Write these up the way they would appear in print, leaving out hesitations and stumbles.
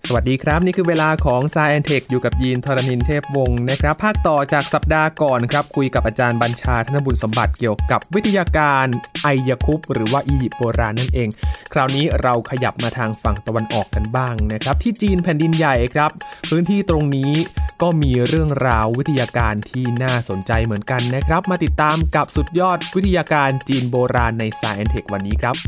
สวัสดีครับนี่คือเวลาของ Science Tech อยู่กับยีนทรณินเทพวงศ์นะครับภาคต่อจากสัปดาห์ก่อนครับคุยกับอาจารย์บัญชาธนบุญสมบัติเกี่ยวกับวิทยาการไอยาคุปหรือว่าอียิปต์โบราณนั่นเองคราวนี้เราขยับมาทางฝั่งตะวันออกกันบ้างนะครับที่จีนแผ่นดินใหญ่ครับพื้นที่ตรงนี้ก็มีเรื่องราววิทยาการที่น่าสนใจเหมือนกันนะครับมาติดตามกับสุดยอดวิทยาการจีนโบราณใน Science Tech วันนี้ครับ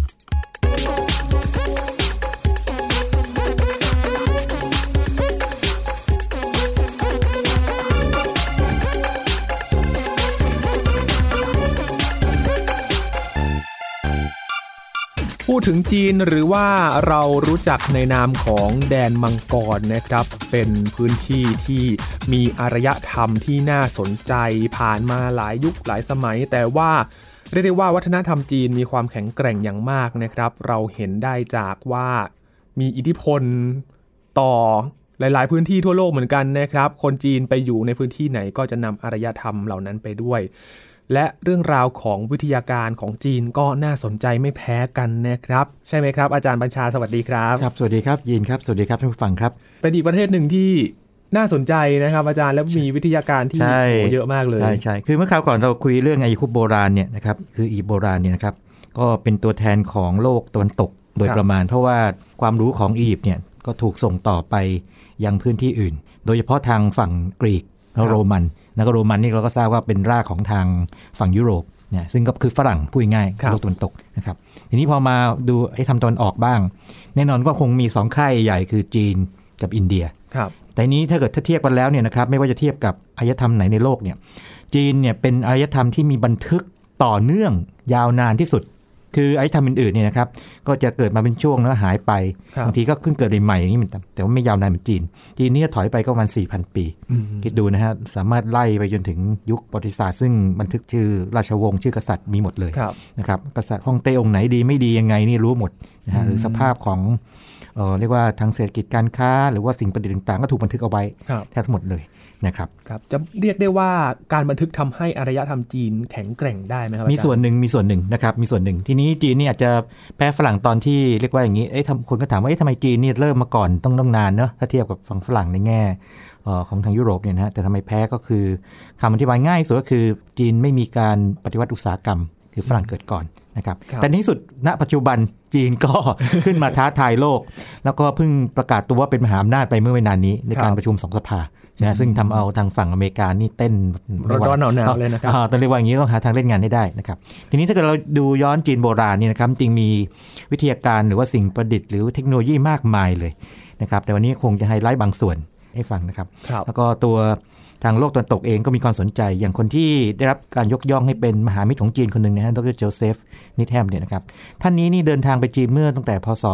พูดถึงจีนหรือว่าเรารู้จักในนามของแดนมังกรนะครับเป็นพื้นที่ที่มีอารยธรรมที่น่าสนใจผ่านมาหลายยุคหลายสมัยแต่ว่าเรียกได้ว่าวัฒนธรรมจีนมีความแข็งแกร่งอย่างมากนะครับเราเห็นได้จากว่ามีอิทธิพลต่อหลายๆพื้นที่ทั่วโลกเหมือนกันนะครับคนจีนไปอยู่ในพื้นที่ไหนก็จะนำอารยธรรมเหล่านั้นไปด้วยและเรื่องราวของวิทยาการของจีนก็น่าสนใจไม่แพ้กันนะครับใช่ไหมครับอาจารย์บัญชาสวัสดีครับครับสวัสดีครับยีนครับสวัสดีครับท่านผู้ฟังครับเป็นอีกประเทศหนึ่งที่น่าสนใจนะครับอาจารย์แล้วมีวิทยาการที่เยอะมากเลยใช่คือเมื่อคราวก่อนเราคุยเรื่องไอยาคุปโบราณเนี่ยนะครับคืออียิปต์โบราณเนี่ยนะครับก็เป็นตัวแทนของโลกตะวันตกโดยประมาณเพราะว่าความรู้ของอียิปต์เนี่ยก็ถูกส่งต่อไปยังพื้นที่อื่นโดยเฉพาะทางฝั่งกรีกและโรมันแล้วก็โรมันนี่เราก็ทราบว่าเป็นรากของทางฝั่งยุโรปเนี่ยซึ่งก็คือฝรั่งพูดง่ายโลกตะวันตกนะครับทีนี้พอมาดูไอ้ทำตะวันออกบ้างแน่นอนก็คงมี2ค่ายใหญ่คือจีนกับอินเดียแต่นี้ถ้าเกิดเทียบกันแล้วเนี่ยนะครับไม่ว่าจะเทียบกับอารยธรรมไหนในโลกเนี่ยจีนเนี่ยเป็นอารยธรรมที่มีบันทึกต่อเนื่องยาวนานที่สุดคืออารยธรรมอื่นๆเนี่ยนะครับก็จะเกิดมาเป็นช่วงแล้วหายไปบางทีก็เพิ่งเกิดใหม่ๆอย่างนี้แต่ว่าไม่ยาวนานเหมือนจีนนี่ถอยไปก็ประมาณ 4,000 ปีคิดดูนะฮะสามารถไล่ไปจนถึงยุคประวัติศาสตร์ซึ่งบันทึกชื่อราชวงศ์ชื่อกษัตริย์มีหมดเลยนะครับกษัตริย์ฮ่องเต้องค์ไหนดีไม่ดียังไงนี่รู้หมดนะฮะหรือสภาพของเรียกว่าทางเศรษฐกิจการค้าหรือว่าสิ่งประดิษฐ์ต่างๆก็ถูกบันทึกเอาไว้แทบทั้งหมดเลยนะครับจะเรียกได้ว่าการบันทึกทำให้อารยธรรมจีนแข็งแกร่งได้ไหมครับมีส่วนหนึ่งนะครับมีส่วนหนึ่งทีนี้จีนนี่อาจจะแพ้ฝรั่งตอนที่เรียกว่าอย่างนี้คนก็ถามว่าทำไมจีนนี่เริ่มมาก่อนต้องนานเนอะถ้าเทียบกับฝั่งฝรั่งในแง่ของทางยุโรปเนี่ยนะฮะแต่ทำไมแพ้ก็คือคำอธิบายง่ายสุดก็คือจีนไม่มีการปฏิวัติอุตสาหกรรมคือฝรั่งเกิดก่อนนะครับแต่ในที่สุดณปัจจุบันจีนก็ ขึ้นมาท้าทายโลกแล้วก็เพิ่งประกาศตัวว่าเป็นมหาอำนาจไปเมื่อไม่นานนี้ในการประชุม2 สภาซึ่งทำเอาทางฝั่งอเมริกานี่เต้นร้อนหนาวเลยนะครับต้องเรียกว่าอย่างนี้ต้องหาทางเล่นงานให้ได้นะครับทีนี้ถ้าเกิดเราดูย้อนจีนโบราณนี่นะครับจริงมีวิทยาการหรือว่าสิ่งประดิษฐ์หรือเทคโนโลยีมากมายเลยนะครับแต่วันนี้คงจะไฮไลท์บางส่วนให้ฟังนะครับแล้วก็ตัวทางโลกตะวันตกเองก็มีความสนใจอย่างคนที่ได้รับการยกย่องให้เป็นมหามิตรของจีนคนหนึ่งนะฮะดร.โจเซฟนิทแฮมเนี่ยนะครับท่านนี้นี่เดินทางไปจีนเมื่อตั้งแต่พศ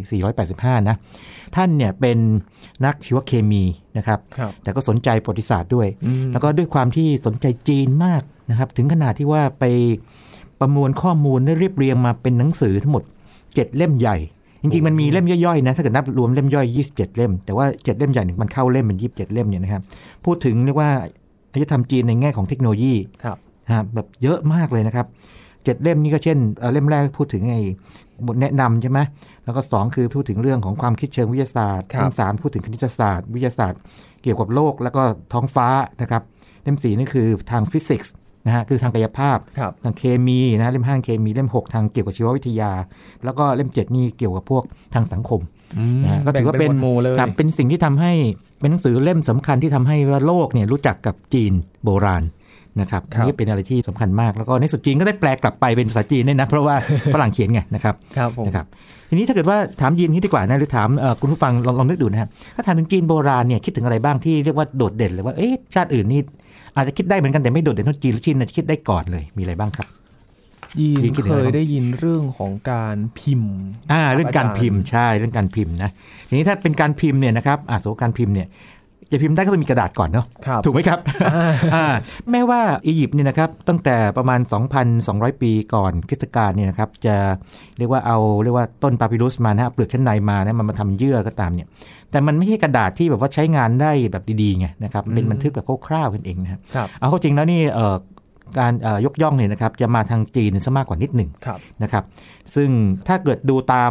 2485นะท่านเนี่ยเป็นนักชีวเคมีนะครับแต่ก็สนใจประวัติศาสตร์ด้วยแล้วก็ด้วยความที่สนใจจีนมากนะครับถึงขนาดที่ว่าไปประมวลข้อมูลได้เรียบเรียงมาเป็นหนังสือทั้งหมด7 เล่มใหญ่จริงๆมันมีเล่มย่อยๆนะถ้าเกิดนับรวมเล่มย่อย27 เล่มแต่ว่า7 เล่มใหญ่มันเข้าเล่มเป็น27 เล่มเนี่ยนะครับพูดถึงเรียกว่าอารยธรรมจีนในแง่ของเทคโนโลยีแบบเยอะมากเลยนะครับ7 เล่มนี้ก็เช่นเล่มแรกพูดถึงไอ้บทแนะนำใช่ไหมแล้วก็2คือพูดถึงเรื่องของความคิดเชิงวิทยาศาสตร์เล่ม3พูดถึงคณิตศาสตร์วิทยาศาสตร์เกี่ยวกับโลกแล้วก็ท้องฟ้านะครับเล่ม4นี่คือทางฟิสิกส์นะฮะคือทางกายภาพทางเคมีนะเล่ม5เคมีเล่ม6ทางเกี่ยวกับชีววิทยาแล้วก็เล่ม7นี่เกี่ยวกับพวกทางสังคมนะก็ถือว่าเป็นสิ่งที่ทำให้เป็นหนังสือเล่มสำคัญที่ทำให้ว่าโลกเนี่ยรู้จักกับจีนโบราณนะครับนี่เป็นอะไรที่สำคัญมากแล้วก็ในสุดจีนก็ได้แปลกลับไปเป็นภาษาจีนด้วยนะเพราะว่าฝรั่งเขียนไงนะครับทีนี้ถ้าเกิดว่าถามยีนนี้ดีกว่านะหรือถามคุณผู้ฟังลองนึกดูนะครับถ้าถามถึงจีนโบราณเนี่ยคิดถึงอะไรบ้างที่เรียกว่าโดดเด่นเลยว่าชาติอื่นนี่อาจจะคิดได้เหมือนกันแต่ไม่โดดเด่นเท่าจีนหรือจีนจะคิดได้ก่อนเลยมีอะไรบ้างครับยีนเคยได้ยินเรื่องของการพิมพ์เรื่องการพิมพ์ใช่เรื่องการพิมพ์นะทีนี้ถ้าเป็นการพิมพ์เนี่ยนะครับสมมติการพิมพ์เนี่ยจะพิมพ์ได้ก็ต้องมีกระดาษก่อนเนาะถูกไหมครับ แม้ว่าอียิปต์เนี่ยนะครับตั้งแต่ประมาณ 2,200 ปีก่อนคริสตกาลเนี่ยนะครับจะเรียกว่าต้นปาปิรุสมานะเปลือกชั้นในมานะมันมาทำเยื่อก็ตามเนี่ยแต่มันไม่ใช่กระดาษที่แบบว่าใช้งานได้แบบดีๆไงนะครับเป็นบันทึกแบบคร่าวๆกันเองนะครับเอาเข้าจริงแล้วนี่การยกย่องเนี่ยนะครับจะมาทางจีนซะมากกว่านิดหนึ่งนะครับซึ่งถ้าเกิดดูตาม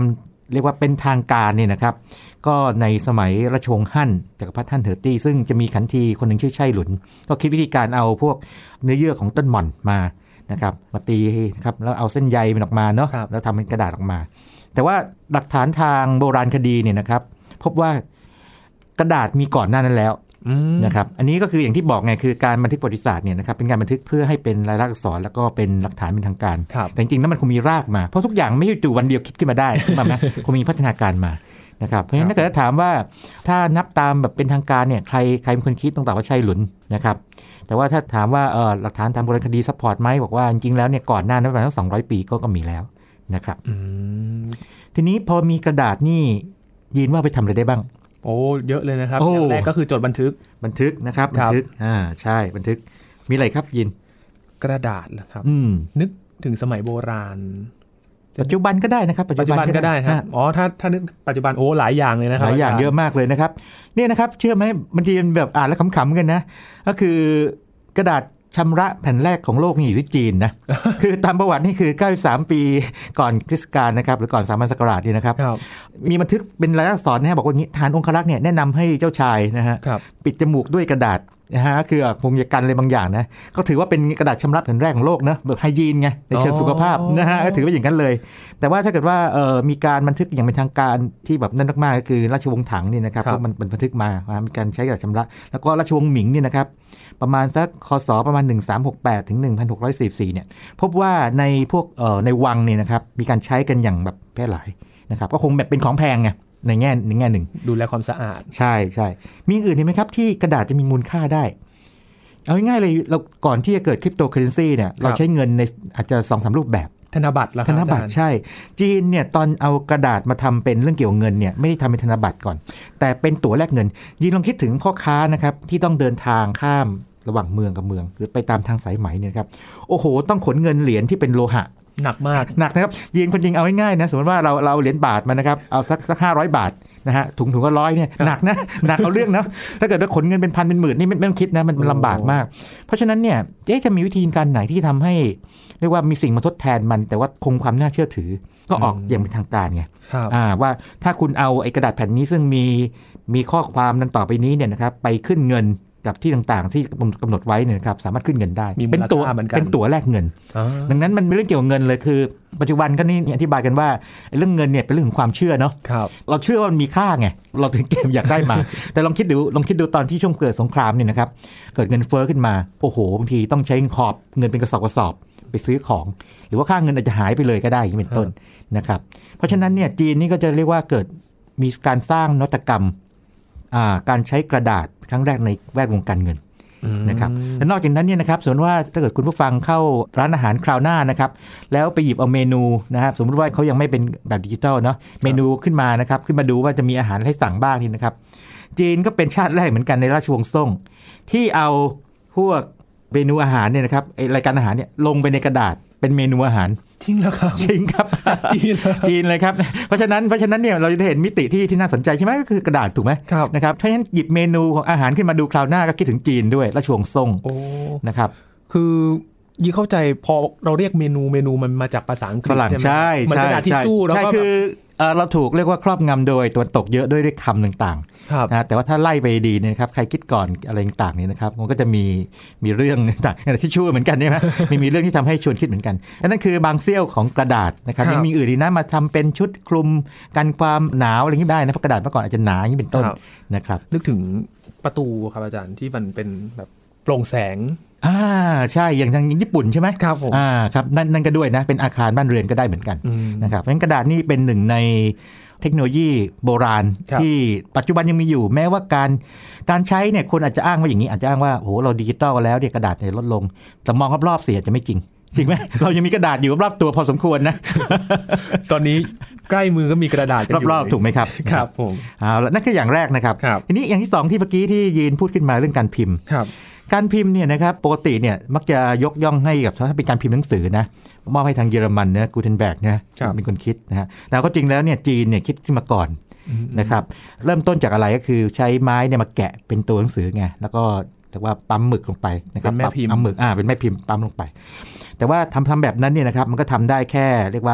เรียกว่าเป็นทางการเนี่ยนะครับก็ในสมัยราชวงศ์ฮั่นจักรพรรดิฮั่นเถอตี้ซึ่งจะมีขันทีคนหนึ่งชื่อไช่หลุนก็คิดวิธีการเอาพวกเนื้อเยื่อของต้นหม่อนมานะครับมาตีนะครับแล้วเอาเส้นใยมันออกมาเนาะแล้วทำเป็นกระดาษออกมาแต่ว่าหลักฐานทางโบราณคดีเนี่ยนะครับพบว่ากระดาษมีก่อนหน้านั้นแล้วนะครับอันนี้ก็คืออย่างที่บอกไงคือการบันทึกประวัติศาสตร์เนี่ยนะครับเป็นการบันทึกเพื่อให้เป็นลายลักษณ์อักษรแล้วก็เป็นหลักฐานเป็นทางการแต่จริงๆแล้วมันคงมีรากมาเพราะทุกอย่างไม่ใช่จู่วันเดียวคิดขึ้นมาได้ใช่ไหมคงมีพัฒนาการมานะครับเพราะฉะนั้นถ้าเกิดถามว่าถ้านับตามแบบเป็นทางการเนี่ยใครเป็นคนคิดต้องตอบว่าไช่หลุนนะครับแต่ว่าถ้าถามว่าหลักฐานทางโบราณคดีซัพพอร์ตไหมบอกว่าจริงๆแล้วเนี่ยก่อนหน้านั้นประมาณ200 ปีก็มีแล้วนะครับทีนี้พอมีกระดาษนี่ยินว่าไปทำอะไรได้บ้างโอ้เยอะเลยนะครับอย่างแรกก็คือจดบันทึกนะครับบันทึกใช่บันทึกมีอะไรครับยินกระดาษเหรอครับนึกถึงสมัยโบราณปัจจุบันก็ได้นะครับปัจจุบันก็ได้ครับอ๋อถ้านึกปัจจุบันโอ้หลายอย่างเลยนะครับหลายอย่างเยอะมากเลยนะครับเนี่ยนะครับเชื่อไหมบางทีมันแบบอ่านแล้วขำๆกันนะก็คือกระดาษชำระแผ่นแรกของโลกนี่อยู่ที่จีนนะ คือตามประวัตินี่คือ93 ปีก่อนคริสต์กาลนะครับหรือก่อน3,000 ศักราชนี่นะครับมีบันทึกเป็นลายลักษณ์อักษรนะฮะบอกว่างี้ทหารองครักษ์เนี่ยแนะนำให้เจ้าชายนะฮะปิดจมูกด้วยกระดาษนะฮะคือคงจะกันอะไรบางอย่างนะก็ถือว่าเป็นกระดาษชำระแผ่นแรกของโลกนะแบบไฮยีนไงในเชิงสุขภาพนะฮะก็ถือว่าอย่างนั้นเลยแต่ว่าถ้าเกิดว่ามีการบันทึกอย่างเป็นทางการที่แบบนั่นมากๆก็คือราชวงศ์ถังนี่นะครับมันบันทึกมามีการใช้กระดาษชำระแล้วก็ราชวงศ์หมิงนี่นะครับประมาณสักคศประมาณ1368ถึง1644เนี่ยพบว่าในพวกในวังเนี่ยนะครับมีการใช้กันอย่างแบบแพร่หลายนะครับก็คงแบบเป็นของแพงไงในแง่หนึ่งดูแลความสะอาดใช่มีอื่นอีกไหมครับที่กระดาษจะมีมูลค่าได้เอาง่ายๆเลยเราก่อนที่จะเกิดคริปโตเคอเรนซีเนี่ยเราใช้เงินในอาจจะ 2-3 รูปแบบธนบัตรแล้วธนบัตรใช่จีนเนี่ยตอนเอากระดาษมาทำเป็นเรื่องเกี่ยวกับเงินเนี่ยไม่ได้ทำเป็นธนบัตรก่อนแต่เป็นตั๋วแลกเงินยีนลองคิดถึงพ่อค้านะครับที่ต้องเดินทางข้ามระหว่างเมืองกับเมืองหรือไปตามทางสายไหมเนี่ยครับโอ้โหต้องขนเงินเหรียญที่เป็นโลหะหนักมากหนักนะครับยีนคนจริงเอาง่ายๆนะสมมติว่าเราเหรียญบาทมานะครับเอาสัก500 บาทนะฮะถุงก็100เนี่ยหนักนะหนักเอาเรื่องนะถ้าเกิดว่าขนเงินเป็นพันเป็นหมื่นนี่ไม่ต้องคิดนะมันลำบากมากเพราะฉะนั้นเนี่ยจะมีวิธีการไหนที่ทำให้เรียกว่ามีสิ่งมาทดแทนมันแต่ว่าคงความน่าเชื่อถือก็ออกอย่างเป็นทางการไงว่าถ้าคุณเอาไอ้กระดาษแผ่นนี้ซึ่งมีข้อความดังต่อไปนี้เนี่ยนะครับไปขึ้นเงินกับที่ต่างๆที่กำหนดไว้เนี่ยครับสามารถขึ้นเงินได้เป็นตั๋วแลกเงินดังนั้นมันเป็นเรื่องเกี่ยวกับเงินเลยคือปัจจุบันก็นี่อธิบายกันว่าเรื่องเงินเนี่ยเป็นเรื่องของความเชื่อเนาะเราเชื่อว่ามันมีค่าไงเราถึงเก็บอยากได้มา แต่ลองคิดดูตอนที่ช่วงเกิดสงครามเนี่ยนะครับเกิดเงินเฟ้อขึ้นมาโอ้โหบางทีต้องใช้ขอบเงินเป็นกระสอบไปซื้อของหรือว่าค่าเงินอาจจะหายไปเลยก็ได้อย่างนี้เป็นต้นนะครับเพราะฉะนั้นเนี่ยจีนนี่ก็จะเรียกว่าเกิดมีการสร้างนวัตกรรมการใช้กระดาษครั้งแรกในแวดวงการเงินนะครับและนอกจากนั้นเนี่ยนะครับสมมติว่าถ้าเกิดคุณผู้ฟังเข้าร้านอาหารคราวหน้านะครับแล้วไปหยิบเอาเมนูนะครับสมมติว่าเขายังไม่เป็นแบบดิจิทัลเนาะเมนูขึ้นมานะครับขึ้นมาดูว่าจะมีอาหารให้สั่งบ้างนี่นะครับจีนก็เป็นชาติแรกเหมือนกันในราชวงศ์ซ่งที่เอาพวกเมนูอาหารเนี่ยนะครับรายการอาหารเนี่ยลงไปในกระดาษเป็นเมนูอาหารจริงแล้วครับจริงครับจีนเลยครับเพราะฉะนั้นเนี่ยเราจะเห็นมิติที่น่าสนใจใช่ไหมก็คือกระดาษถูกไหมนะครับเพราะฉะนั้นหยิบเมนูของอาหารขึ้นมาดูคราวหน้าก็คิดถึงจีนด้วยราชวงศ์ซ่งนะครับคือยี่เข้าใจพอเราเรียกเมนูมันมาจากภาษาอังกฤษใช่มันกระดาษทิชชู่แล้วก็คือเราถูกเรียกว่าครอบงำโดยตะวันตกเยอะด้วยคำต่างๆนะแต่ว่าถ้าไล่ไปดีเนี่ยครับใครคิดก่อนอะไรต่างๆนี่นะครับมันก็จะมีเรื่องต่างๆที่ช่วยเหมือนกันใช่ไหมมีเรื่องที่ทำให้ชวนคิดเหมือนกันนั่นคือบางเสี้ยวของกระดาษนะครับยังมีอื่นอีกนะมาทำเป็นชุดคลุมกันความหนาวอะไรอย่างนี้ได้นะเพราะกระดาษเมื่อก่อนอาจจะหนาอย่างนี้เป็นต้นนะครับนึกถึงประตูครับอาจารย์ที่มันเป็นแบบโปร่งแสงใช่อย่างทางญี่ปุ่นใช่ไหมครับผมครับนั่นก็ด้วยนะเป็นอาคารบ้านเรือนก็ได้เหมือนกันนะครับเพราะฉะนั้นกระดาษนี่เป็นหนึ่งในเทคโนโลยีโบราณที่ปัจจุบันยังมีอยู่แม้ว่าการใช้เนี่ยคนอาจจะอ้างว่าอย่างนี้อาจจะอ้างว่าโอ้เราดิจิตอลแล้วเนี่ยกระดาษเนี่ยลดลงแต่มองรอบๆเสียจะไม่จริงไหมเรายังมีกระดาษอยู่รอบตัวพอสมควรนะตอนนี้ใกล้มือก็มีกระดาษรอบๆถูกไหมครับครับผมแล้วนั่นคืออย่างแรกนะครับทีนี้อย่างที่2ที่เมื่อกี้ที่ยีนพูดขึ้นมาเรื่องการพิมพ์การพิมพ์เนี่ยนะครับปกติเนี่ยมักจะยกย่องให้กับถ้าเป็นการพิมพ์หนังสือนะมอบให้ทางเยอรมันนะกูเทนแบกนะเป็นคนคิดนะฮะแต่ก็จริงแล้วเนี่ยจีนเนี่ยคิดขึ้นมาก่อนนะครับเริ่มต้นจากอะไรก็คือใช้ไม้เนี่ยมาแกะเป็นตัวหนังสือไงแล้วก็แต่ว่าปั๊มหมึกลงไปนะครับปั๊มหมึกเป็นแม่พิมพ์ปั๊มลงไปแต่ว่าทำแบบนั้นเนี่ยนะครับมันก็ทำได้แค่เรียกว่าเ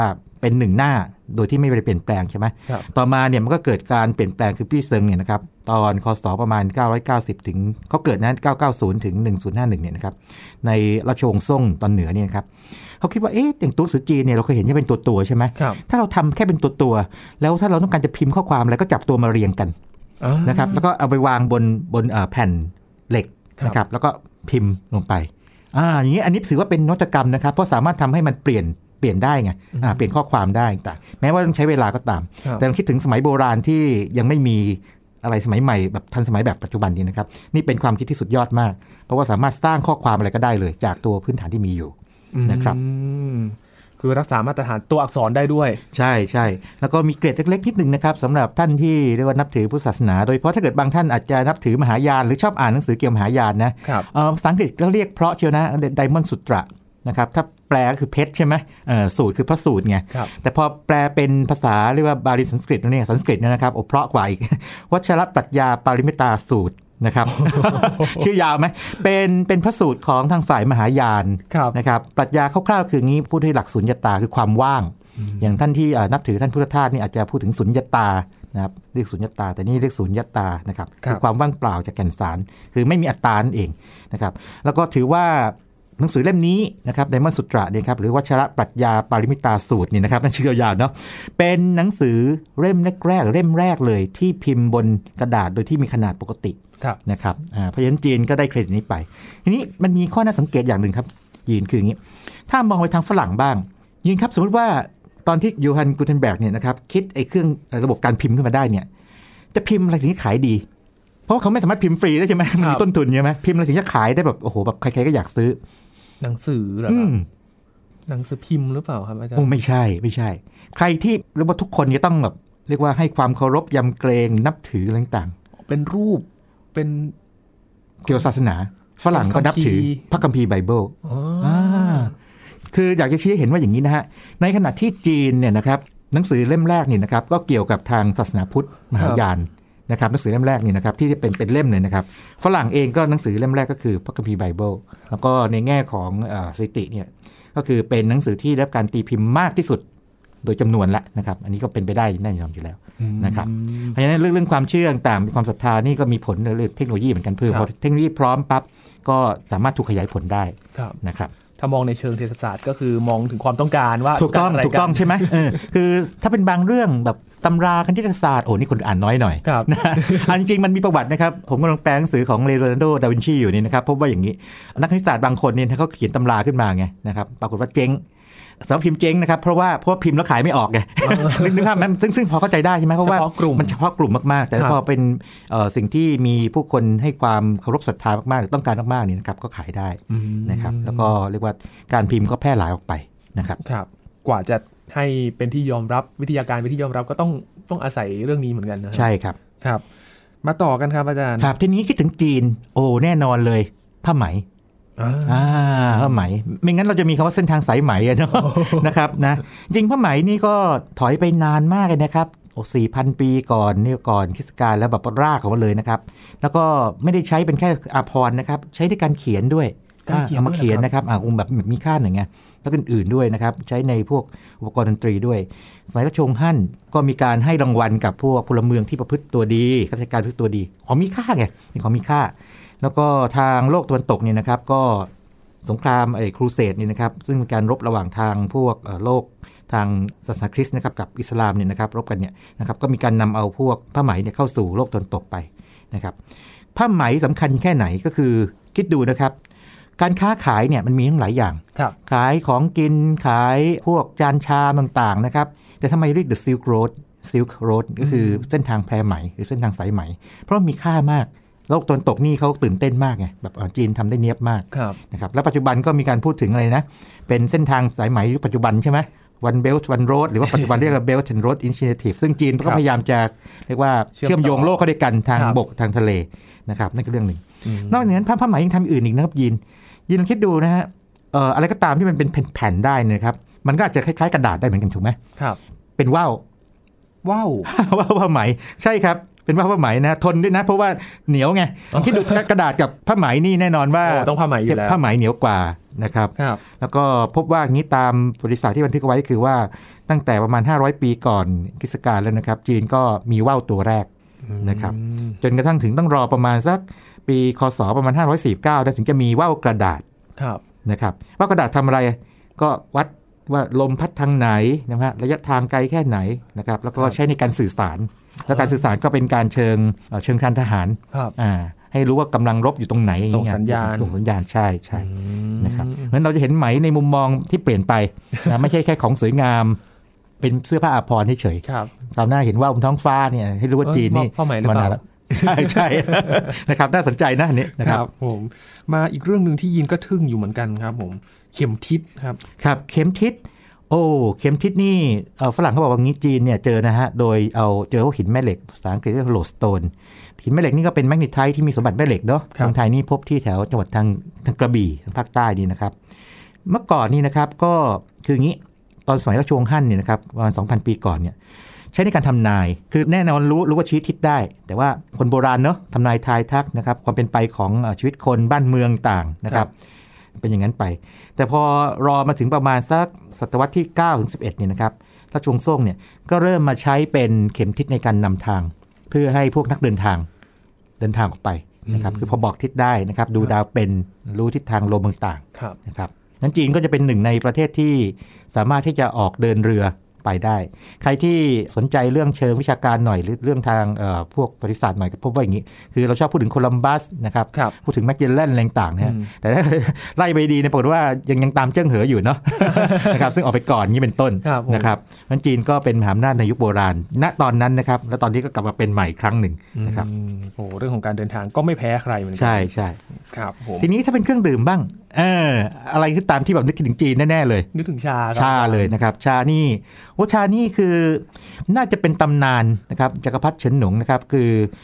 เป็น1หน้าโดยที่ไม่ได้เปลี่ยนแปลงใช่ไหมต่อมาเนี่ยมันก็เกิดการเปลี่ยนแปลงคือปี้เซิงเนี่ยนะครับตอนคศประมาณ990ถึงเขาเกิดนะ990ถึง1051เนี่ยนะครับในราชวงศ์ซ่งตอนเหนือเนี่ยครับเขาคิดว่าอย่างตัวหนังสือจีนเนี่ยเราเคยเห็นแค่เป็นตัวใช่ไหมถ้าเราทำแค่เป็นตัวแล้วถ้าเราต้องการจะพิมพ์ข้อความอะไรก็จับตัวมาเรียงกันนะครับแล้วก็เอาไปวางบนแผ่นเหล็กนะครับแล้วก็พิมพ์ลงไปอย่างนี้อันนี้ถือว่าเป็นนวัตกรรมนะครับเพราะสามารถทำให้มันเปลี่ยนได้ไงเปลี่ยนข้อความได้แต่แม้ว่าต้องใช้เวลาก็ตามแต่ลองคิดถึงสมัยโบราณที่ยังไม่มีอะไรสมัยใหม่แบบทันสมัยแบบปัจจุบันนี้นะครับนี่เป็นความคิดที่สุดยอดมากเพราะว่าสามารถสร้างข้อความอะไรก็ได้เลยจากตัวพื้นฐานที่มีอยู่นะครับคือรักษามาตรฐานตัวอักษรได้ด้วยใช่แล้วก็มีเกร็ดเล็กๆนิดนึงนะครับสำหรับท่านที่เรียกว่านับถือพุทธศาสนาโดยเฉพาะถ้าเกิดบางท่านอาจจะนับถือมหายานหรือชอบอ่านหนังสือเกี่ยวกับมหายานนะภาษาอังกฤษก็เรียกเพราะเชียวนะ Diamond Sutra นะครับถ้าแปลก็คือเพชรใช่ไหมสูตรคือพระสูตรไงแต่พอแปลเป็นภาษาเรียกว่าบาลีสันสกฤตเนี่ยสันสกฤตเนี่ยนะครับเพราะกว่าอีกวัชรปรัชญาปาริมิตาสูตรนะครับ ชื่อยาวไหมเป็นพระสูตรของทางฝ่ายมหายานนะครับปรัชญาคร่าวๆคืองี้พูดให้หลักสุญญตาคือความว่างอย่างท่านที่นับถือท่านพุทธทาสนี่อาจจะพูดถึงสุญญตานะครับเรียกสุญญตาแต่นี่เรียกสุญญตานะครับคือความว่างเปล่าจากแก่นสารคือไม่มีอัตตานั่นเองนะครับแล้วก็ถือว่าหนังสือเล่มนี้นะครับไดมอนด์สุตระเนี่ยครับหรือวัชรปรัชญาปาริมิตาสูตรนี่นะครับนั่นชื่อยาวๆเนาะเป็นหนังสือเล่มแรกเลยที่พิมพ์บนกระดาษโดยที่มีขนาดปกตินะครับเพราะฉะนั้นจีนก็ได้เครดิตนี้ไปทีนี้มันมีข้อน่าสังเกตอย่างหนึ่งครับยีนคืออย่างนี้ถ้ามองไปทางฝรั่งบ้างยีนครับสมมติว่าตอนที่โยฮันกูเทนเบิร์กเนี่ยนะครับคิดไอ้เครื่องระบบการพิมพ์ขึ้นมาได้เนี่ยจะพิมพ์อะไรถึงจะขายดีเพราะเขาไม่สามารถพิมพ์ฟรีได้ใช่ไหมมันมีต้นทุนใช่ไหมพิมพ์อะไรถึงจะขายได้แบบโอ้โหแบบใครๆก็อยากซื้อหนังสือเหรอครับหนังสือพิมพ์หรือเปล่าครับอาจารย์ไม่ใช่ใครที่เรียกว่าทุกคนจะต้องแบบเรียกว่าให้ความเคารพยำเกรงนับถืออะไรต่างๆเป็นรูปเป็นเกี่ยวกับศาสนาฝรั่งก็นับถือพระคัมภีร์ไบเบิลคืออยากจะชี้ให้เห็นว่าอย่างนี้นะฮะในขณะที่จีนเนี่ยนะครับหนังสือเล่มแรกนี่นะครับก็เกี่ยวกับทางศาสนาพุทธมหายานนะครับหนังสือเล่มแรกนี่นะครับที่เป็นเล่มเลยนะครับฝรั่งเองก็หนังสือเล่มแรกก็คือพระคัมภีร์ไบเบิลแล้วก็ในแง่ของสถิติเนี่ยก็คือเป็นหนังสือที่ได้รับการตีพิมพ์มากที่สุดโดยจำนวนละนะครับอันนี้ก็เป็นไปได้แน่นอนอยู่แล้วนะครับเพราะฉะนั้นเรื่องความเชื่อต่างๆความศรัทธานี่ก็มีผลในเรื่องเทคโนโลยีเหมือนกันเพื่อพอเทคโนโลยีพร้อมปั๊บก็สามารถถูกขยายผลได้นะครับถ้ามองในเชิงเศรษฐศาสตร์ก็คือมองถึงความต้องการว่าถูกต้องใช่ไหมคือถ้าเป็นบางเรื่องแบบตำราคณิตศาสตร์นี่คนอ่านน้อยหน่อยนะจริงๆมันมีประวัตินะครับผมกำลังแปลหนังสือของเลโอนาร์โด ดาวินชีอยู่นี่นะครับพบว่าอย่างนี้นักคณิตศาสตร์บางคนเนี่ยเขาเขียนตำราขึ้นมาไงนะครับปรากฏว่าเจ๊งสำหรับพิมพ์เจ๊งนะครับเพราะว่าพิมพ์แล้วขายไม่ออกไงนึกภาพมั้ยซึ่งพอเข้าใจได้ใช่ไหมเพราะว่ามันเฉพาะกลุ่มมากๆแต่พอเป็นสิ่งที่มีผู้คนให้ความเคารพศรัทธามากๆหรือต้องการมากๆนี่นะครับก็ขายได้นะครับแล้วก็เรียกว่าการพิมพ์ก็แพร่หลายออกไปนะครับกว่าจะให้เป็นที่ยอมรับวิทยาการเป็นที่ยอมรับก็ต้องอาศัยเรื่องนี้เหมือนกันนะใช่ครับมาต่อกันครับอาจารย์ครับทีนี้คิดถึงจีนแน่นอนเลยผ้าไหมผ้าไหมไม่งั้นเราจะมีคำว่าเส้นทางสายไหมเนาะนะครับนะจริงผ้าไหมนี่ก็ถอยไปนานมากเลยนะครับ4,000 ปีก่อนนี่ก่อนคริสต์กาลแล้วแบบรากของมันเลยนะครับแล้วก็ไม่ได้ใช้เป็นแค่อาภรณ์นะครับใช้ในการเขียนด้วยเอามาเขียนนะครับแบบมีค่าหนึ่งไงแล้วก็อื่นๆด้วยนะครับใช้ในพวกอุปกรณ์ดนตรีด้วยสมัยรัชกาลฮั่นก็มีการให้รางวัลกับพวกพลเมืองที่ประพฤติตัวดีข้าราชการประพฤติตัวดีของมีค่าไงเป็นของมีค่าแล้วก็ทางโลกตะวันตกเนี่ยนะครับก็สงครามครูเสดนี่นะครับซึ่งเป็นการรบระหว่างทางพวกโลกทางศาสนาคริสต์นะครับกับอิสลามเนี่ยนะครับรบกันเนี่ยนะครับก็มีการนำเอาพวกผ้าไหมเนี่ยเข้าสู่โลกตะวันตกไปนะครับผ้าไหมสำคัญแค่ไหนก็คือคิดดูนะครับการค้าขายเนี่ยมันมีทั้งหลายอย่างขายของกินขายพวกจานชามต่างๆนะครับแต่ทำไมเรียก The Silk Road ก็คือเส้นทางแพไหมหรือเส้นทางสายไหมเพราะมีค่ามากโลกตะวันตกนี่เขาตื่นเต้นมากไงแบบจีนทำได้เนียบมากนะครับแล้วปัจจุบันก็มีการพูดถึงอะไรนะเป็นเส้นทางสายไหมยุคปัจจุบันใช่ไหม One Belt One Road หรือว่าปัจจุบันเรียกว่า Belt and Road Initiative ซึ่งจีนก็พยายามจะเรียกว่าเชื่อมโยงโลกเข้าด้วยกันทางบกทางทะเลนะครับนั่นคือเรื่องหนึ่งนอกจากนั้นผ้าไหมยังทำอื่นอีกนะครับยินลองคิดดูนะฮะอะไรก็ตามที่มันเป็นแผ่นๆได้นะครับมันก็อาจจะคล้ายๆกระดาษได้เหมือนกันถูกไหมครับเป็นว่าวว้าวว่าวผ้าไหมใช่ครับเป็นว่าวผ้าไหมนะทนด้วยนะเพราะว่าเหนียวไงคิดดูกระดาษกับผ้าไหมนี่แน่นอนว่าต้องผ้าไหมอยู่แล้วผ้าไหมเหนียวกว่านะครับแล้วก็พบว่างี้ตามประวัติศาสตร์ที่บันทึกไว้คือว่าตั้งแต่ประมาณ500ปีก่อนคริสตกาลแล้วนะครับจีนก็มีว่าวตัวแรกนะครับจนกระทั่งถึงต้องรอประมาณสักปีคศประมาณ549ถึงจะมีว่าวกระดาษนะครับว่าวกระดาษทำอะไรก็วัดว่าลมพัดทางไหนนะฮะระยะทางไกลแค่ไหนนะครับแล้วก็ใช้ในการสื่อสารแล้วการสื่อสารก็เป็นการเชิงการทหารให้รู้ว่ากำลังรบอยู่ตรงไหนส่งสัญญาณใช่นะครับเพราะฉะนั้นเราจะเห็นไหมในมุมมองที่เปลี่ยนไปนะไม่ใช่แค่ของสวยงามเป็นเสื้อผ้าอาภรณ์เฉยๆคราวหน้าเห็นว่าบนท้องฟ้าเนี่ยให้รู้ว่าจีนนี่มานานแล้วใช่นะครับน่าสนใจนะอันนี้นะครับผมมาอีกเรื่องนึงที่ยินก็ทึ่งอยู่เหมือนกันครับผมเข็มทิศครับเข็มทิศเข็มทิศนี่ฝรั่งเขาบอกว่างี้จีนเนี่ยเจอนะฮะโดยเจอหินแม่เหล็กภาษาอังกฤษเรียกโลดสโตนหินแม่เหล็กนี่ก็เป็นแมกนีไทต์ที่มีสมบัติแม่เหล็กเนาะเมืองไทยนี่พบที่แถวจังหวัดทางกระบี่ทางภาคใต้นี่นะครับเมื่อก่อนนี่นะครับก็คืองี้ตอนสมัยราชวงศ์ฮั่นเนี่ยนะครับประมาณ 2,000 ปีก่อนเนี่ยใช้ในการทำนายคือแน่นอนรู้ว่าชี้ทิศได้แต่ว่าคนโบราณเนาะทำนายทายทักนะครับความเป็นไปของชีวิตคนบ้านเมืองต่างนะครับเป็นอย่างนั้นไปแต่พอรอมาถึงประมาณสักศตวรรษที่9ถึง11เนี่ยนะครับราชวงศ์ซ่งเนี่ยก็เริ่มมาใช้เป็นเข็มทิศในการนำทางเพื่อให้พวกนักเดินทางออกไปนะครับคือพอบอกทิศได้นะครับดูดาวเป็นรู้ทิศทางลมต่างๆนะครับนั้นจีนก็จะเป็นหนึ่งในประเทศที่สามารถที่จะออกเดินเรือไปได้ใครที่สนใจเรื่องเชิงวิชาการหน่อยหรือเรื่องทางพวกประวัติศาสตร์หน่อยก็พบว่าอย่างนี้คือเราชอบพูดถึงโคลัมบัสนะครับพูดถึงแมกเจลลันอะไรต่างๆนะแต่ถ้าไล่ไปดีเนี่ยปรากฏว่ายังตามเจิ้งเหออยู่เนาะ นะครับซึ่งออกไปก่อนนี้เป็นต้นนะครับนั้นจีนก็เป็นมหาอำนาจในยุคโบราณณตอนนั้นนะครับแล้วตอนนี้ก็กลับมาเป็นใหม่ครั้งหนึ่งนะครับโอ้เรื่องของการเดินทางก็ไม่แพ้ใครเหมือนกันใช่ครับทีนี้ถ้าเป็นเครื่องดื่มบ้างอะไรคือตามที่แบบนึกถึงจีนแน่ๆเลยนึกถึงชาเลยนะครับชานี่คือน่าจะเป็นตำนานนะครับจักรพรรดิเฉินหนงนะครับคือ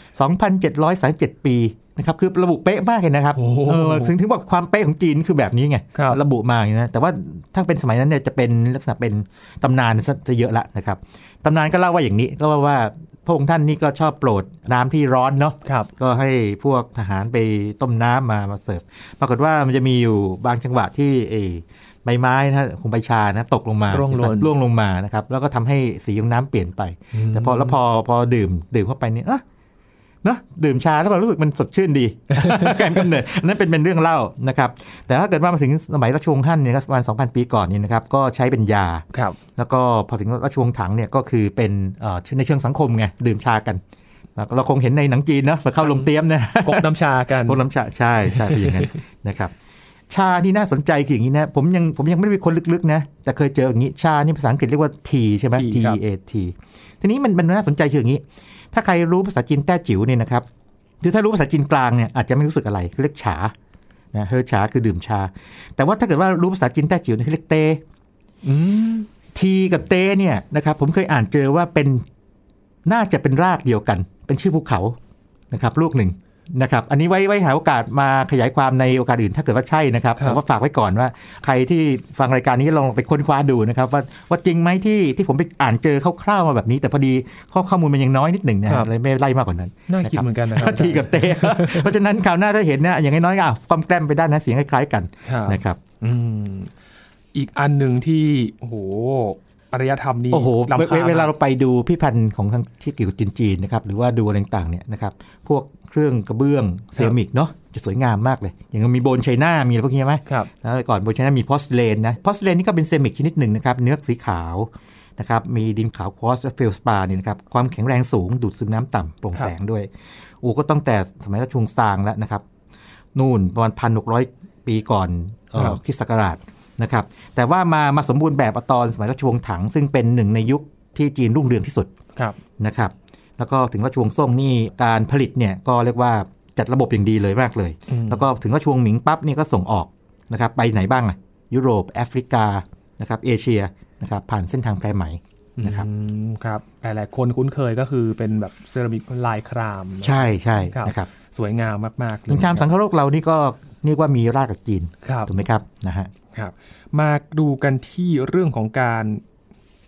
2,737 ปีนะครับคือระบุเป๊ะมากเลยนะครับถึงบอกความเป๊ะของจีนคือแบบนี้ไงระบุมาอย่างนี้นะแต่ว่าถ้าเป็นสมัยนั้นเนี่ยจะเป็นลักษณะเป็นตำนานจะเยอะละนะครับตำนานก็เล่าว่าอย่างนี้ก็ว่าพระองค์ท่านนี่ก็ชอบโปรดน้ำที่ร้อนเนาะก็ให้พวกทหารไปต้มน้ำมาเสิร์ฟปรากฏว่ามันจะมีอยู่บางจังหวะที่ใบไม้นะคงใบชานะตกลงมาร่วงลงมานะครับแล้วก็ทำให้สีของน้ำเปลี่ยนไปแต่พอดื่มเข้าไปเนี่ยเนาะดื่มชาแล้วก็รู้สึกมันสดชื่นดี การกำเนิดนั่นเป็นเรื่องเล่านะครับแต่ถ้าเกิดว่ามาถึงสมัยราชวงศ์ฮั่นเนี่ยประมาณ 2,000 ปีก่อนนี่นะครับก็ใช้เป็นยาแล้วก็พอถึงราชวงศ์ถังเนี่ยก็คือเป็นในเชิงสังคมไงดื่มชากันเราคงเห็นในหนังจีนเนาะมาเข้าลงเตี้ยมนะกบน้ำชากันกบน้ำชาใช่เป็นอย่างนั้นนะครับชาที่น่าสนใจคืออย่างนี้นะผมยังไม่ได้เป็นคนลึกๆนะแต่เคยเจออย่างนี้ชานี่ภาษาอังกฤษเรียกว่าทีใช่ไหม TAT ทีนี้มันน่าสนใจคืออย่างนี้ถ้าใครรู้ภาษาจีนแต้จิ๋วเนี่ยนะครับหรือถ้ารู้ภาษาจีนกลางเนี่ยอาจจะไม่รู้สึกอะไรเรียกฉานะเฮอฉาคือดื่มชาแต่ว่าถ้าเกิดว่ารู้ภาษาจีนแต้จิ๋วเนี่ยเรียกเตทีกับเตเนี่ยนะครับผมเคยอ่านเจอว่าเป็นน่าจะเป็นรากเดียวกันเป็นชื่อภูเขานะครับลูกหนึ่งนะครับอันนี้ไว้หาโอกาสมาขยายความในโอกาสอื่นถ้าเกิดว่าใช่นะครับแต่ว่าฝากไว้ก่อนว่าใครที่ฟังรายการนี้ลองไปค้นคว้าดูนะครับว่าจริงไหมที่ผมไปอ่านเจอคร่าวๆมาแบบนี้แต่พอดีข้อมูลมันยังน้อยนิดหนึ่งนะครับเลยไม่ไล่มากกว่านั้นน่าคิดเหมือนกันนะครับทีกับเตเพราะฉะนั้นคราวหน้าถ้าเห็นเนี่ยอย่างน้อยๆก็แกล้มไปด้านนะเสียงคล้ายๆกันนะครับอีกอันหนึ่งที่โอ้โหอารยธรรมนี่เวลาเราไปดูพิพิธภัณฑ์ของทางที่เกี่ยวกับจีนนะครับหรือว่าดูอะไรต่างๆเนี่ยนะครับพวกเครื่องกระเบื้องเซรามิกเนาะจะสวยงามมากเลยอย่างมีโบนไชน่ามีอะไรพวกนี้ไหมแล้วก่อนโบนไชน่ามีพอสเลนนะพอสเลนนี่ก็เป็นเซรามิกชนิดหนึ่งนะครับเนื้อสีขาวนะครับมีดินขาวควอตซ์เฟลสปาเนี่ยนะครับความแข็งแรงสูงดูดซึมน้ำต่ำโปร่งแสงด้วยก็ตั้งแต่สมัยราชวงศ์ซางแล้วนะครับนู่นประมาณ 1,600 ปีก่อนคริสต์ศักราชนะครับแต่ว่ามาสมบูรณ์แบบตอนสมัยราชวงศ์ถังซึ่งเป็นหนึ่งในยุคที่จีนรุ่งเรืองที่สุดนะครับแล้วก็ถึงราชวงศ์ซ่งนี่การผลิตเนี่ยก็เรียกว่าจัดระบบอย่างดีเลยมากเลยแล้วก็ถึงราชวงศ์หมิงปั๊บนี่ก็ส่งออกนะครับไปไหนบ้างยุโรปแอฟริกานะครับเอเชียนะครับผ่านเส้นทางแพไหมนะครับครับหลายๆคนคุ้นเคยก็คือเป็นแบบเซรามิกลายครามใช่นะครับสวยงามมากๆเลยชามสังคโลกเรานี่ก็เรียกว่ามีรากกับจีนถูกไหมครับนะฮะครับมาดูกันที่เรื่องของการ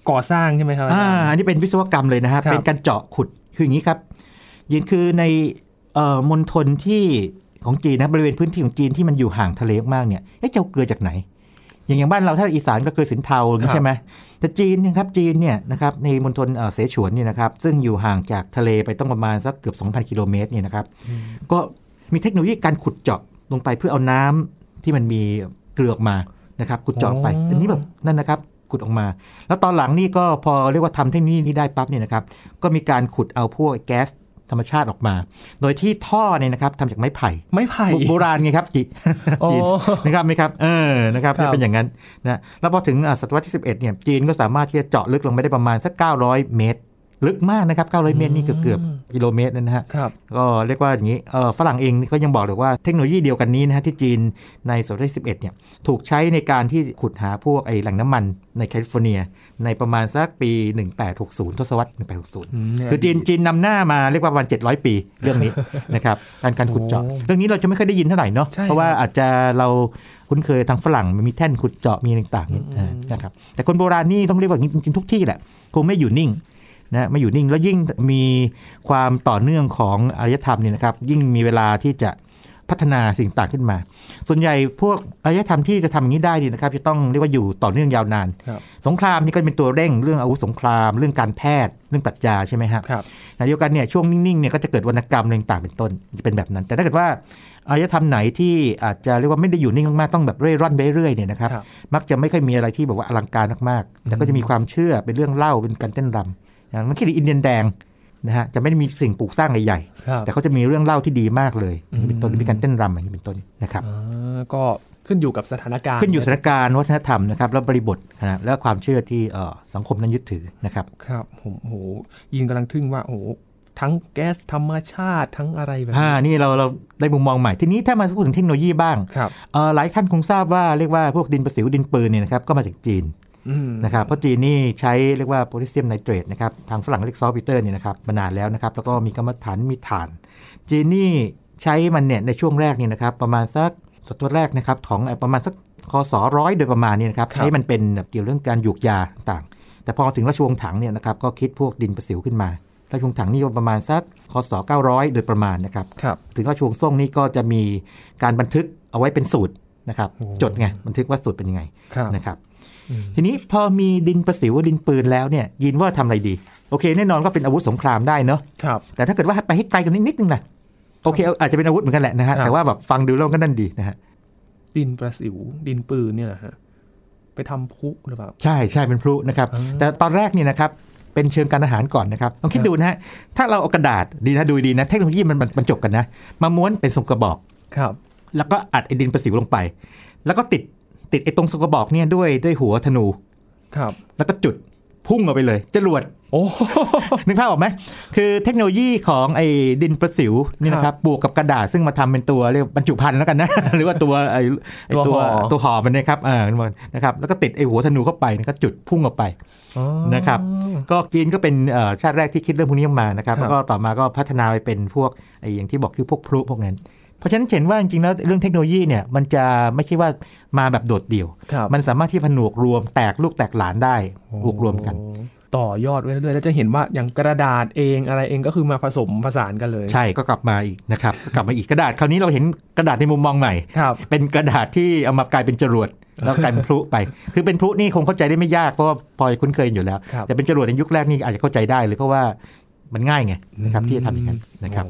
ก่อสร้างใช่ไหมครับอันนี้เป็นวิศวกรรมเลยนะครับเป็นการเจาะขุดคืออย่างนี้ครับยินคือในมณฑลที่ของจีนนะบริเวณพื้นที่ของจีนที่มันอยู่ห่างทะเลมากเนี่ยจะเอาเกลือจากไหนอย่างบ้านเราถ้าอีสานก็เกลือสินเทาใช่ไหมแต่จีนนะครับจีนเนี่ยนะครับในมณฑลเสฉวนเนี่ยนะครับซึ่งอยู่ห่างจากทะเลไปต้องประมาณสักเกือบ 2,000 กิโลเมตรเนี่ยนะครับก็มีเทคโนโลยีการขุดเจาะลงไปเพื่อเอาน้ำที่มันมีเกลือออกมานะครับขุดเจาะไปอันนี้แบบนั่นนะครับขุดออกมาแล้วตอนหลังนี่ก็พอเรียกว่าทำเทคโนโลยีนี้ได้ปั๊บเนี่ยนะครับก็มีการขุดเอาพวกแก๊สธรรมชาติออกมาโดยที่ท่อเนี่ยนะครับทำจากไม้ไผ่โบราณไงครับจีนนะครับไหมครับนะครับเป็นอย่างนั้นนะแล้วพอถึงศตวรรษที่11เนี่ยจีนก็สามารถที่จะเจาะลึกลงไปได้ประมาณสัก900 เมตรลึกมากนะครับ900 เมตรนี่เกือบกิโลเมตรนะฮะก็เรียกว่าอย่างนี้ฝรั่งเองก็ยังบอกเลยว่าเทคโนโลยีเดียวกันนี้นะฮะที่จีนในศตวรรษที่11เนี่ยถูกใช้ในการที่ขุดหาพวกแหล่งน้ำมันในแคลิฟอร์เนียในประมาณสักปี1860ทศวรรษ1860คือจีนนำหน้ามาเรียกว่าประมาณ700 ปีเรื่องนี้นะครับการขุดเจาะเรื่องนี้เราจะไม่เคยได้ยินเท่าไหร่เนาะเพราะว่าอาจจะเราคุ้นเคยทางฝรั่งมันมีแท่นขุดเจาะมีต่างๆนะครับแต่คนโบราณนี่ต้องเรียกว่าจริงๆทุกที่แหละคงไม่อยู่นิ่งนะไม่อยู่นิ่งแล้วยิ่งมีความต่อเนื่องของอารยธรรมเนี่ยนะครับยิ่งมีเวลาที่จะพัฒนาสิ่งต่างขึ้นมาส่วนใหญ่พวกอารยธรรมที่จะทำอย่างนี้ได้ดีนะครับจะต้องเรียกว่าอยู่ต่อเนื่องยาวนานสงครามนี่ก็เป็นตัวเร่งเรื่องอาวุธสงครามเรื่องการแพทย์เรื่องปรัชญาใช่ไหมครับในเดียวกันเนี่ยช่วงนิ่งๆเนี่ยก็จะเกิดวรรณกรรมต่างๆเป็นต้นจะเป็นแบบนั้นแต่ถ้าเกิดว่าอารยธรรมไหนที่อาจจะเรียกว่าไม่ได้อยู่นิ่งมากๆต้องแบบเร่ร่อนไปเรื่อยเนี่ยนะครับมักจะไม่ค่อยมีอะไรที่แบบว่าอลังการมากๆแต่ก็จะมีความเชื่อเป็นเรื่องเล่าเป็นการเต้นรำอย่างนั้นคืออินเดียนแดงนะฮะจะไม่ได้มีสิ่งปลูกสร้างใหญ่ๆแต่เขาจะมีเรื่องเล่าที่ดีมากเลยนี่เป็นต้นมีการเต้นรำอย่างนี้เป็นต้นนะครับก็ขึ้นอยู่กับสถานการณ์ขึ้นอยู่สถานการณ์วัฒนธรรมนะครับแล้วบริบทนะและความเชื่อที่สังคมนั้นยึดถือนะครับครับผมโหยินกำลังทึ่งว่าโอ้ทั้งแก๊สธรรมชาติทั้งอะไรแบบนี่เราได้มุมมองใหม่ทีนี้ถ้ามาพูดถึงเทคโนโลยีบ้างหลายท่านคงทราบว่าเรียกว่าพวกดินประสิวดินปืนเนี่ยนะครับก็มาจากจีนนะครับเพราะจีนนี่ใช้เรียกว่าโพแทสเซียมไนเตรตนะครับทางฝรั่งเรียกซอลต์ปีเตอร์เนี่ยนะครับมานานแล้วนะครับแล้วก็มีกรรมฐานมีถ่านจีนนี่ใช้มันเนี่ยในช่วงแรกนี่นะครับประมาณสักศตวรรษแรกนะครับของประมาณสักคศ100โดยประมาณนี้นะครับใช้มันเป็นเกี่ยวเรื่องการหยูกยาต่างแต่พอถึงราชวงศ์ถังเนี่ยนะครับก็คิดพวกดินประสิวขึ้นมาราชวงศ์ถังนี่ประมาณสักคศ900โดยประมาณนะครับถึงราชวงศ์ซ่งนี่ก็จะมีการบันทึกเอาไว้เป็นสูตรนะครับจดไงบันทึกว่าสูตรเป็นยังไงนะครับทีนี้พอมีดินประสิวดินปืนแล้วเนี่ยยินว่าทำอะไรดีโอเคแน่นอนก็เป็นอาวุธสงครามได้เนาะแต่ถ้าเกิดว่าไปให้ไกลกันนิดนึงนะโอเคอาจจะเป็นอาวุธเหมือนกันแหละนะฮะแต่ว่าแบบฟังดูแล้วก็นั่นดีนะฮะดินประสิวดินปืนเนี่ยนะฮะไปทำพลุหรือเปล่าใช่เป็นพลุนะครับแต่ตอนแรกเนี่ยนะครับเป็นเชิงการอาหารก่อนนะครับลองคิดดูนะฮะถ้าเราเอากระดาษดีนะดูดีนะเทคโนโลยีมันบรรจบกันนะมาม้วนเป็นทรงกระบอกแล้วก็อัดไอ้ดินประสิวลงไปแล้วก็ติดไอ้ตรงทรงกระบอกเนี่ยด้วยหัวธนูแล้วก็จุดพุ่งออกไปเลยจรวดนึกภาพออกไหมคือเทคโนโลยีของไอ้ดินประสิวนี่นะครับบวกกับกระดาษซึ่งมาทำเป็นตัวเรียกบรรจุภัณฑ์แล้วกันนะหรือว่าตัวตัวห่อมันนะครับนะครับแล้วก็ติดไอ้หัวธนูเข้าไปก็จุดพุ่งออกไปนะครับก็จีนก็เป็นชาติแรกที่คิดเรื่องพวกนี้มานะครับแล้วก็ต่อมาก็พัฒนาไปเป็นพวกไอ้อย่างที่บอกคือพวกพลุพวกนั้นเพราะฉะนั้นเห็นว่าจริงๆแล้วเรื่องเทคโนโลยีเนี่ยมันจะไม่ใช่ว่ามาแบบโดดเดี่ยวมันสามารถที่ผนวกรวมแตกลูกแตกหลานได้บวกรวมกันต่อยอดไว้เรื่อยๆแล้วจะเห็นว่าอย่างกระดาษเองอะไรเองก็คือมาผสมผสานกันเลยใช่ก็กลับมาอีกนะครับกลับมาอีกกระดาษคราวนี้เราเห็นกระดาษในมุมมองใหม่เป็นกระดาษที่เอามากลายเป็นจรวดแล้วกลายเป็นพลุไปคือเป็นพลุนี่คงเข้าใจได้ไม่ยากเพราะว่าพอคุ้นเคยอยู่แล้วแต่เป็นจรวดในยุคแรกนี่อาจจะเข้าใจได้เลยเพราะว่ามันง่ายไงนะครับที่จะทำอย่างนั้นนะครับ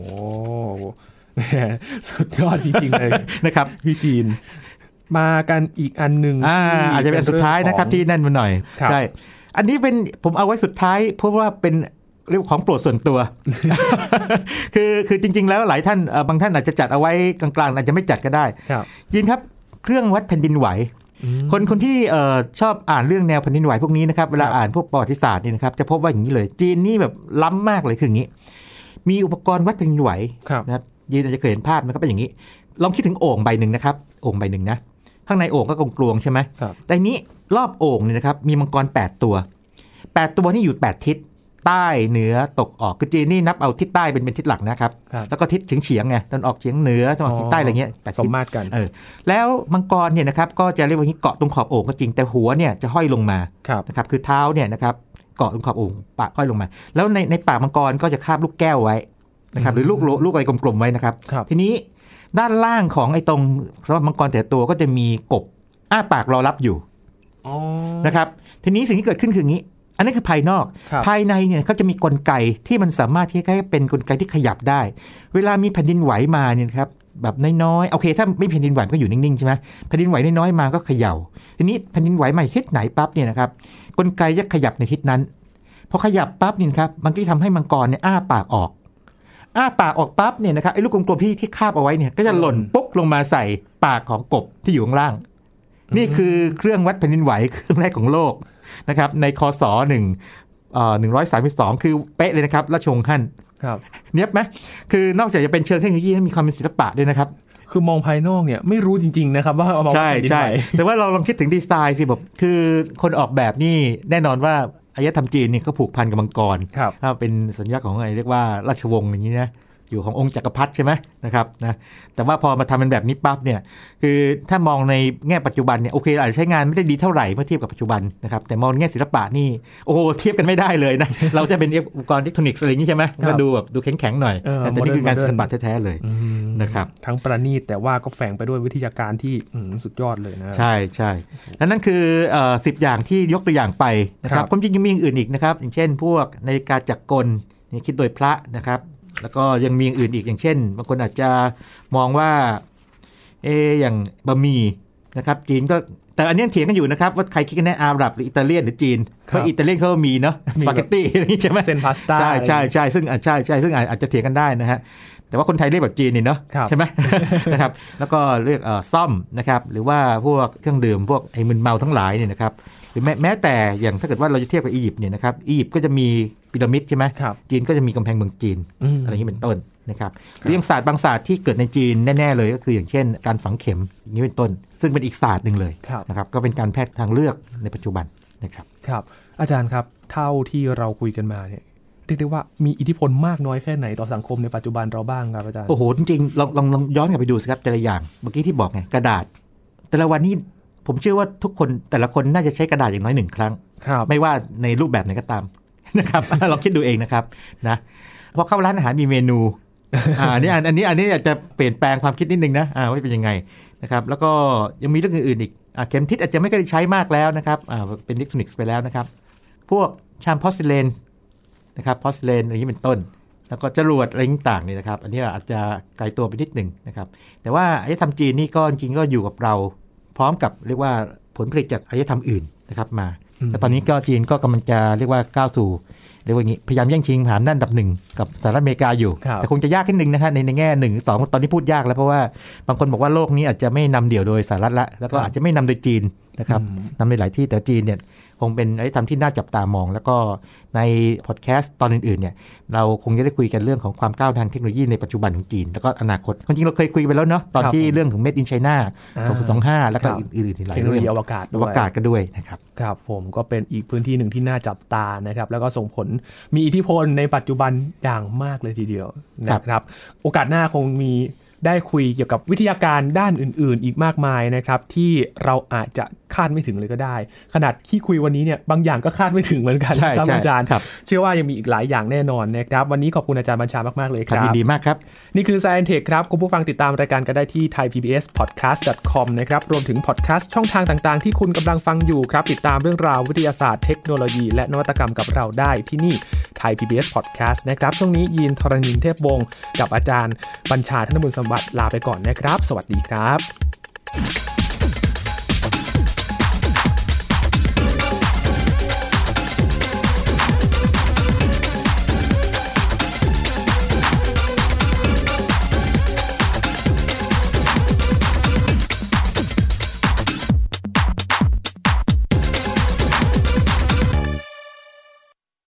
สุดยอดจริงๆเลยนะครับพี่จีนมากันอีกอันนึงอาจจะเป็นอันสุดท้ายนะครับที่นั่นมาหน่อยใช่อันนี้เป็นผมเอาไว้สุดท้ายเพราะว่าเป็นเรื่องของโปรดส่วนตัว คือจริงๆแล้วหลายท่านบางท่านอาจจะจัดเอาไว้กลางๆอาจจะไม่จัดก็ได้ยินครับเครื่องวัดแผ่นดินไหวคนที่ชอบอ่านเรื่องแนวแผ่นดินไหวพวกนี้นะครับเวลาอ่านพวกประวัติศาสตร์นี่นะครับจะพบว่าอย่างนี้เลยจีนนี่แบบล้ำมากเลยคืออย่างนี้มีอุปกรณ์วัดแผ่นดินไหวนะครับยินอาจจะเคยเห็นภาพมันก็เป็นอย่างนี้ลองคิดถึงโอ่งใบหนึ่งนะครับโอ่งใบหนึ่งนะข้างในโอ่งก็กลวงๆใช่ไหมแต่นี้รอบโอ่งเนี่ยนะครับมีมังกร8 ตัวนี่อยู่8 ทิศใต้เหนือตกออกคือจีนนี่นับเอาทิศใต้เป็นทิศหลักนะครับแล้วก็ทิศเฉียงไงตะวันออกเฉียงเหนือตะวันออกเฉียงใต้อะไรเงี้ยสมมาตรกันแล้วมังกรเนี่ยนะครับก็จะเรียกว่าเกาะตรงขอบโอ่งก็จริงแต่หัวเนี่ยจะห้อยลงมานะครับคือเท้าเนี่ยนะครับเกาะตรงขอบโอ่งปากห้อยลงมาแล้วในปากมังกรก็จะคาบลูกแก้วไว้นะครับหรือลูกอะไรกลมๆไว้นะครับทีนี้ด้านล่างของไอ้ตรงสำหรับมังกรแต่ตัวก็จะมีกบอ้าปากรอรับอยู่นะครับทีนี้สิ่งที่เกิดขึ้นคืออย่างนี้อันนี้คือภายนอกภายในเนี่ยเขาจะมีกลไกที่มันสามารถที่จะเป็นกลไกที่ขยับได้เวลามีแผ่นดินไหวมาเนี่ยครับแบบน้อยๆโอเคถ้าไม่แผ่นดินไหวก็อยู่นิ่งๆใช่ไหมแผ่นดินไหวน้อยๆมาก็เขย่าทีนี้แผ่นดินไหวใหม่ทิศไหนปั๊บเนี่ยนะครับกลไกจะขยับในทิศนั้นพอขยับปั๊บเนี่ยครับมันก็ทำให้มังกรเนี่ยอ้าปากออกปั๊บเนี่ยนะครับไอ้ลูกกลมๆที่คาบเอาไว้เนี่ยก็จะหล่นปุ๊กลงมาใส่ปากของกบที่อยู่ข้างล่างนี่คือเครื่องวัดแผ่นดินไหวเครื่องแรกของโลกนะครับในคศ132คือเป๊ะเลยนะครับราชวงศ์ฮั่นเนียบไหมคือนอกจากจะเป็นเชิงเทคโนโลยีมีความเป็นศิลปะด้วยนะครับคือมองภายนอกเนี่ยไม่รู้จริงๆนะครับว่าเอามาใช่แต่ว่าเราลองคิดถึงดีไซน์สิแบบคือคนออกแบบนี่แน่นอนว่าอารยธรรมจีนนี่ก็ผูกพันกับมังกรถ้าเป็นสัญลักษณ์ของอะไรเรียกว่าราชวงศ์อย่างนี้นะอยู่ขององค์จักรพรรดิใช่ไหมนะครับนะแต่ว่าพอมาทำเป็นแบบนี้ปั๊บเนี่ยคือถ้ามองในแง่ปัจจุบันเนี่ยโอเคอาจจะใช้งานไม่ได้ดีเท่าไหร่เมื่อเทียบกับปัจจุบันนะครับแต่มองในแง่ศิลปะนี่โอ้โหเทียบกันไม่ได้เลยนะ เราจะเป็นอุปกรณ์อิเล็กทรอนิกส์อะไรอย่างนี้ใช่ไหมก็ดูแบบดูแข็งๆหน่อยแต่นี่คือการศิลปะแท้ๆเลยนะครับทั้งประณีตแต่ว่าก็แฝงไปด้วยวิทยาการที่สุดยอดเลยนะใช่นั่นคือ10อย่างที่ยกตัวอย่างไปนะครับความจริงยังมีอย่างอื่นอีกนะครับอย่างเช่นพวกนาฬิกาจักรกลนี่คิดโดยพระนะครับแล้วก็ยังมีอย่างอื่นอีกอย่างเช่นบางคนอาจจะมองว่าอย่างบะหมี่นะครับจีนก็แต่อันนี้เถียงกันอยู่นะครับว่าใครคิดกันแน่อาหรับหรืออิตาเลียนหรือจีนเพราะอิตาเลียนเขามีเนาะสปาเกตตี้อะไรใช่ไหมเส้นพาสต้าใช่ซึ่งซึ่งอาจจะเถียงกันได้นะฮะแต่ว่าคนไทยเรียกแบบจีนนี่เนาะใช่ไหม นะครับแล้วก็เรียกซ่อมนะครับหรือว่าพวกเครื่องดื่มพวกไอ้มึนเมาทั้งหลายเนี่ยนะครับหรือแม้แต่อย่างถ้าเกิดว่าเราจะเทียบกับอียิปต์เนี่ยนะครับอียิปต์ก็จะมีพีระมิดใช่ไหมจีนก็จะมีกำแพงเมืองจีนอะไรอย่างนี้เป็นต้นนะครับเรื่องศาสตร์บางศาสตร์ที่เกิดในจีนแน่ๆเลยก็คืออย่างเช่นการฝังเข็มอย่างนี้เป็นต้นซึ่งเป็นอีกศาสตร์หนึ่งเลยนะครับก็เป็นการแพทย์ทางเลือกในปัจจุบันนะครับครับอาจารย์ครับเท่าที่เราคุยกันมาเนี่ยเรียกได้ว่ามีอิทธิพลมากน้อยแค่ไหนต่อสังคมในปัจจุบันเราบ้างครับอาจารย์โอ้โหจริงๆลองย้อนกลับไปดูสิครับแต่ละอย่างเมื่อกี้ที่บอกไงกระดาษแต่ละวันนี้ผมเชื่อว่าทุกคนแต่ละคนน่าจะใช้กระดาษอย่างน้อย1ครั้งไม่ว่าในรูปแบบไหนก็ตามนะครับ ลองคิดดูเองนะครับนะพอเข้าร้านอาหารมีเมนูอันนี้อาจจะเปลี่ยนแปลงความคิดนิดนึงนะว่าเป็นยังไงนะครับแล้วก็ยังมีเรื่องอื่นๆอีกเข็มทิศอาจจะไม่ได้ใช้มากแล้วนะครับเป็นอิเล็กทรอนิกส์ไปแล้วนะครับพวกชามพอร์ซิเลนนะครับพอร์ซิเลนอะไรนี้เป็นต้นแล้วก็จรวดอะไรต่างๆนี่นะครับอันนี้อาจจะไกลตัวไปนิดนึงนะครับแต่ว่าอารยธรรมจีนนี่ก็จริงๆก็อยู่กับเราพร้อมกับเรียกว่าผลผลิตจากอารยธรรมอื่นนะครับมาแต่ตอนนี้ก็จีนก็กำลังจะเรียกว่าก้าวสู่เรียกว่าอย่างนี้พยายามแย่งชิงหามด้านอันดับ1กับสหรัฐอเมริกาอยู่แต่คงจะยากขึ้นนึงนะฮะในแง่1 2ตอนนี้พูดยากแล้วเพราะว่าบางคนบอกว่าโลกนี้อาจจะไม่นำเดี่ยวโดยสหรัฐละแล้วก็อาจจะไม่นำโดยจีนนะครับนำในหลายที่แต่จีนเนี่ยคงเป็นอารยธรรมที่น่าจับตามองแล้วก็ในพอดแคสต์ตอนอื่นๆเนี่ยเราคงจะได้คุยกันเรื่องของความก้าวทางเทคโนโลยีในปัจจุบันของจีนแล้วก็อนาคตจริงๆเราเคยคุยไปแล้วเนาะตอนที่เรื่องของ Made in China 2025แล้วก็อื่นๆหลายเรื่องอวกาศก็ด้วยนะครับครับผมก็เป็นอีกพื้นที่หนึ่งที่น่าจับตานะครับแล้วก็ส่งผลมีอิทธิพลในปัจจุบันอย่างมากเลยทีเดียวนะครับโอกาสหน้าคงมีได้คุยเกี่ยวกับวิทยาการด้านอื่นๆอีกมากมายนะครับที่เราอาจจะคาดไม่ถึงเลยก็ได้ขนาดที่คุยวันนี้เนี่ยบางอย่างก็คาดไม่ถึงเหมือนกันครับอาจารย์เชื่อว่ายังมีอีกหลายอย่างแน่นอนนะครับวันนี้ขอบคุณอาจารย์บัญชามากๆเลยครับยินดีมากครับนี่คือ Science Tech ครับคุณผู้ฟังติดตามรายการกันได้ที่ thaipbspodcast.com นะครับรวมถึงพอดแคสต์ช่องทางต่างๆที่คุณกำลังฟังอยู่ครับติดตามเรื่องราววิทยาศาสตร์เทคโนโลยีและนวัตกรรมกับเราได้ที่นี่ Thai PBS Podcast นะครับช่วงนี้ยีนธรณินทร์เทพวงศ์กับอาจารย์บัญชาธนบุญสมบัติลาไปก่อนนะครับสวัสดีครับ